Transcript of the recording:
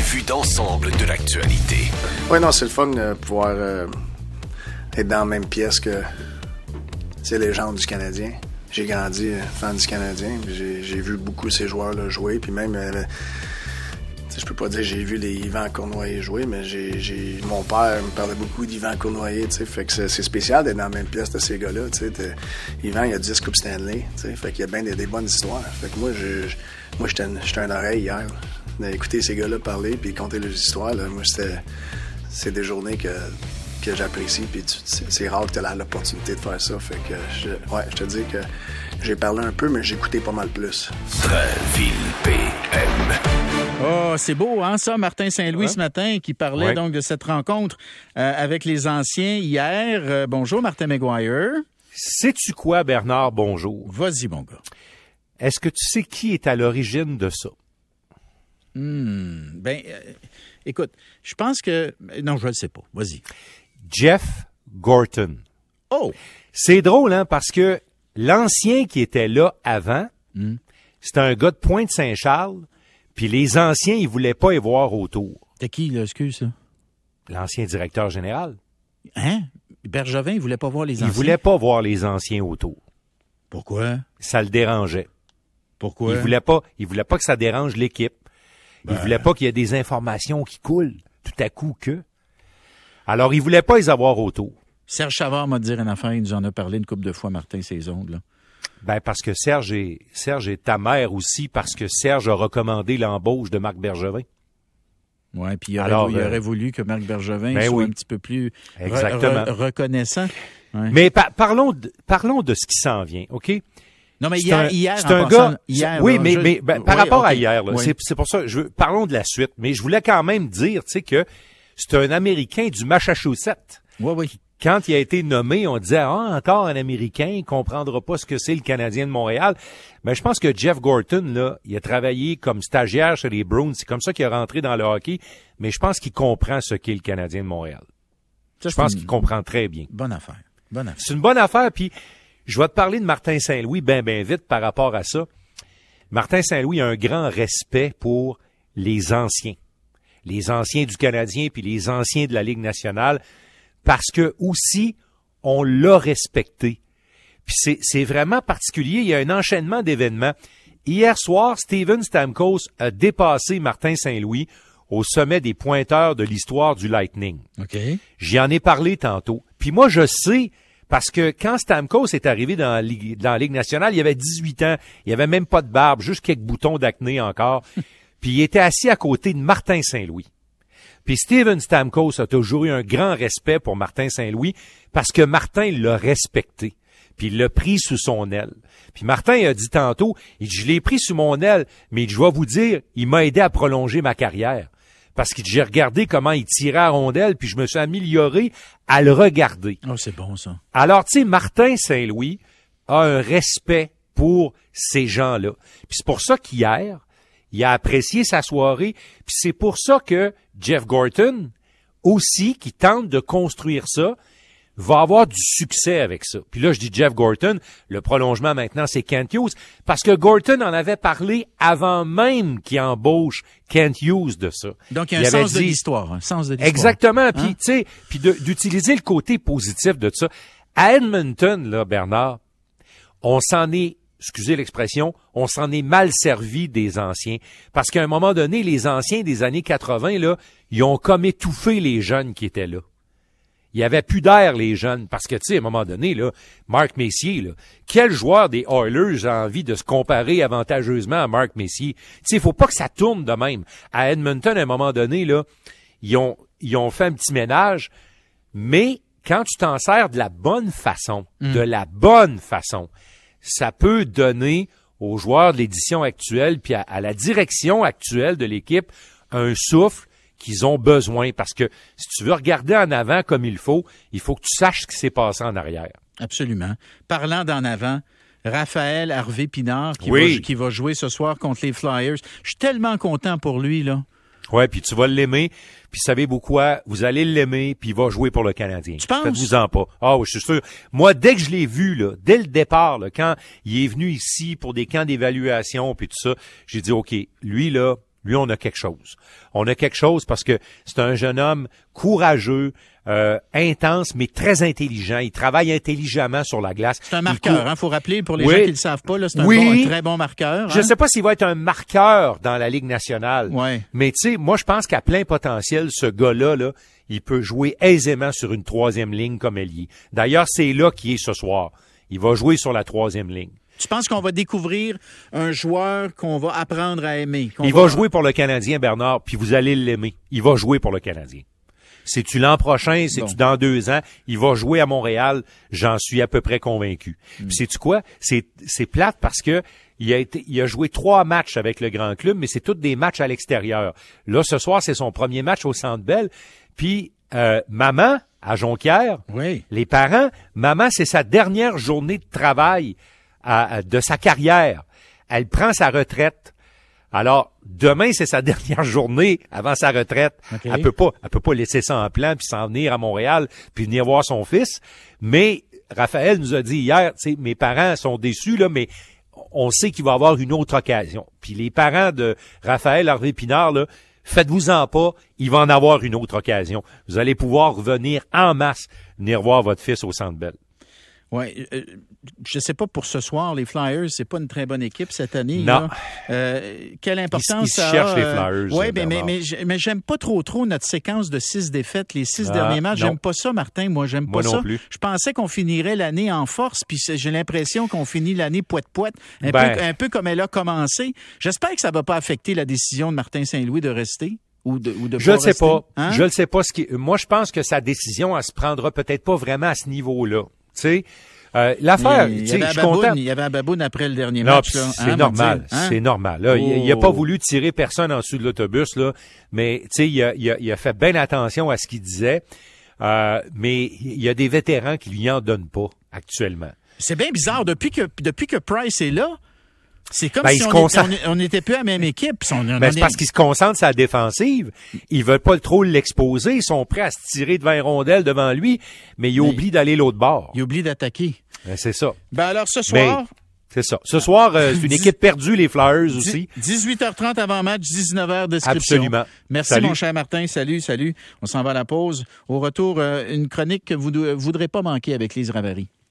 vue d'ensemble de l'actualité. Oui, non, c'est le fun de pouvoir être dans la même pièce que ces légendes du Canadien. J'ai grandi fan du Canadien, j'ai vu beaucoup ces joueurs-là jouer, puis même, je peux pas dire que j'ai vu les Yvan Cournoyer jouer, mais mon père me parlait beaucoup d'Yvan Cournoyer, tu sais, fait que c'est spécial d'être dans la même pièce de ces gars-là, tu sais. Yvan, il a 10 Coupes Stanley, tu sais, fait qu'il y a bien des bonnes histoires. Fait que moi, j'étais un oreille hier, d'écouter ces gars-là parler puis compter leurs histoires, là. Moi, c'est des journées que j'apprécie, puis c'est rare que tu aies l'opportunité de faire ça. Fait que, je te dis que j'ai parlé un peu, mais j'ai écouté pas mal plus. Drainville PM. Oh, c'est beau, hein, ça, Martin Saint-Louis, ce matin, qui parlait donc de cette rencontre avec les anciens hier. Bonjour, Martin Maguire. Sais-tu quoi, Bernard? Bonjour. Vas-y, mon gars. Est-ce que tu sais qui est à l'origine de ça? Écoute, je pense que... Non, je ne le sais pas. Vas-y. Jeff Gorton. Oh! C'est drôle, hein, parce que l'ancien qui était là avant, c'était un gars de Pointe-Saint-Charles, puis les anciens, ils voulaient pas y voir autour. T'es qui, là, excuse, ça? L'ancien directeur général. Hein? Bergevin, il voulait pas voir les anciens? Il voulait pas voir les anciens autour. Pourquoi? Ça le dérangeait. Pourquoi? Il voulait pas que ça dérange l'équipe. Il voulait pas qu'il y ait des informations qui coulent tout à coup que. Alors, il voulait pas les avoir autour. Serge Chavard m'a dit une affaire, il nous en a parlé une couple de fois, Martin, ces ondes, là. Ben, parce que Serge est ta mère aussi, parce que Serge a recommandé l'embauche de Marc Bergevin. Oui, puis il aurait voulu que Marc Bergevin soit un petit peu plus reconnaissant. Ouais. Mais parlons de ce qui s'en vient, OK? Non, mais hier, c'est un gars. Oui, là, mais par rapport à hier, là, c'est pour ça. Parlons de la suite. Mais je voulais quand même dire, tu sais, que c'est un Américain du Massachusetts. Oui. Quand il a été nommé, on disait encore un Américain, il comprendra pas ce que c'est le Canadien de Montréal. Mais je pense que Jeff Gorton, là, il a travaillé comme stagiaire chez les Bruins. C'est comme ça qu'il est rentré dans le hockey. Mais je pense qu'il comprend ce qu'est le Canadien de Montréal. Je pense qu'il comprend très bien. Bonne affaire. C'est une bonne affaire. Puis je vais te parler de Martin Saint-Louis bien vite par rapport à ça. Martin Saint-Louis a un grand respect pour les anciens. Les anciens du Canadien puis les anciens de la Ligue nationale. Parce que aussi, on l'a respecté. Puis c'est vraiment particulier. Il y a un enchaînement d'événements. Hier soir, Steven Stamkos a dépassé Martin Saint-Louis au sommet des pointeurs de l'histoire du Lightning. OK. J'y en ai parlé tantôt. Puis moi, je sais, parce que quand Stamkos est arrivé dans la Ligue nationale, il avait 18 ans. Il avait même pas de barbe, juste quelques boutons d'acné encore. Puis il était assis à côté de Martin Saint-Louis. Puis Steven Stamkos a toujours eu un grand respect pour Martin Saint-Louis parce que Martin l'a respecté. Puis il l'a pris sous son aile. Puis Martin a dit tantôt, il dit, je l'ai pris sous mon aile, mais je dois vous dire, il m'a aidé à prolonger ma carrière. Parce que j'ai regardé comment il tirait à rondelle, puis je me suis amélioré à le regarder. Oh, c'est bon, ça. Alors, tu sais, Martin Saint-Louis a un respect pour ces gens-là. Puis c'est pour ça qu'hier, il a apprécié sa soirée. Puis c'est pour ça que Jeff Gorton, aussi, qui tente de construire ça, va avoir du succès avec ça. Puis là, je dis Jeff Gorton, le prolongement maintenant, c'est Kent Hughes, parce que Gorton en avait parlé avant même qu'il embauche Kent Hughes de ça. Donc, il y a un sens de l'histoire. Exactement. Puis, tu sais, puis d'utiliser le côté positif de ça. À Edmonton, là, Bernard, on s'en est, excusez l'expression, on s'en est mal servi des anciens. Parce qu'à un moment donné, les anciens des années 80, là, ils ont comme étouffé les jeunes qui étaient là. Il y avait plus d'air, les jeunes, parce que, tu sais, à un moment donné, là, Marc Messier, là, quel joueur des Oilers a envie de se comparer avantageusement à Marc Messier? Tu sais, il faut pas que ça tourne de même. À Edmonton, à un moment donné, là, ils ont fait un petit ménage, mais quand tu t'en sers de la bonne façon, ça peut donner aux joueurs de l'édition actuelle, puis à la direction actuelle de l'équipe, un souffle qu'ils ont besoin, parce que si tu veux regarder en avant comme il faut que tu saches ce qui s'est passé en arrière. Absolument. Parlant d'en avant, Raphaël Harvey-Pinard qui va jouer ce soir contre les Flyers. Je suis tellement content pour lui, là. Ouais, puis tu vas l'aimer, puis savez-vous quoi? Vous allez l'aimer, puis il va jouer pour le Canadien. Tu penses? Faites-vous-en pas. Ah oui, je suis sûr. Moi, dès que je l'ai vu, là, dès le départ, là, quand il est venu ici pour des camps d'évaluation, puis tout ça, j'ai dit, OK, lui, là, Lui, on a quelque chose. On a quelque chose parce que c'est un jeune homme courageux, intense, mais très intelligent. Il travaille intelligemment sur la glace. C'est un marqueur, hein. Faut rappeler pour les gens qui le savent pas, là, c'est un très bon marqueur. Je sais pas s'il va être un marqueur dans la Ligue nationale. Ouais. Mais tu sais, moi, je pense qu'à plein potentiel, ce gars-là, là, il peut jouer aisément sur une troisième ligne comme ailier. D'ailleurs, c'est là qu'il est ce soir. Il va jouer sur la troisième ligne. Tu penses qu'on va découvrir un joueur qu'on va apprendre à aimer? Il va jouer pour le Canadien, Bernard, puis vous allez l'aimer. Il va jouer pour le Canadien. C'est-tu l'an prochain, c'est-tu dans 2 ans, il va jouer à Montréal, j'en suis à peu près convaincu. Puis sais-tu quoi? C'est plate parce que il a joué 3 matchs avec le grand club, mais c'est tous des matchs à l'extérieur. Là, ce soir, c'est son premier match au Centre Bell. Puis maman, à Jonquière, les parents, maman, c'est sa dernière journée de travail de sa carrière. Elle prend sa retraite. Alors, demain, c'est sa dernière journée avant sa retraite. Okay. Elle peut pas laisser ça en plan puis s'en venir à Montréal puis venir voir son fils. Mais Raphaël nous a dit hier, tu sais, mes parents sont déçus, là, mais on sait qu'il va y avoir une autre occasion. Puis les parents de Raphaël Harvey-Pinard, là, faites-vous-en pas, il va en avoir une autre occasion. Vous allez pouvoir revenir en masse, venir voir votre fils au Centre Bell. Oui, je sais pas pour ce soir, les Flyers, c'est pas une très bonne équipe cette année. Non. Quelle importance ça a? Ils cherchent les Flyers. Oui, mais j'aime pas trop notre séquence de 6 défaites, les 6 derniers matchs. Non. J'aime pas ça, Martin. Moi, j'aime pas ça. Moi non plus. Je pensais qu'on finirait l'année en force, puis j'ai l'impression qu'on finit l'année poète-poète, un peu comme elle a commencé. J'espère que ça va pas affecter la décision de Martin Saint-Louis de rester. Ou de je ne sais pas. Hein? Je ne sais pas moi, je pense que sa décision, elle se prendra peut-être pas vraiment à ce niveau-là. Tu sais, l'affaire, tu sais, je suis content. Il y avait un baboune après le dernier match, là. C'est normal. C'est normal. Là, il a pas voulu tirer personne en dessous de l'autobus, là. Mais, tu sais, il a fait bien attention à ce qu'il disait. Mais il y a des vétérans qui lui en donnent pas, actuellement. C'est bien bizarre. Depuis que Price est là, c'est comme si on n'était plus à la même équipe. C'est parce qu'ils se concentrent sur la défensive. Ils veulent pas trop l'exposer. Ils sont prêts à se tirer devant les rondelles devant lui, mais ils oublient d'aller l'autre bord. Ils oublient d'attaquer. C'est ça. Ben alors, ce soir... C'est ça. Ce soir, c'est une équipe perdue, les Flyers aussi. 18h30 avant match, 19h description. Absolument. Merci, mon cher Martin. Salut. On s'en va à la pause. Au retour, une chronique que vous ne voudrez pas manquer avec Lise Ravary.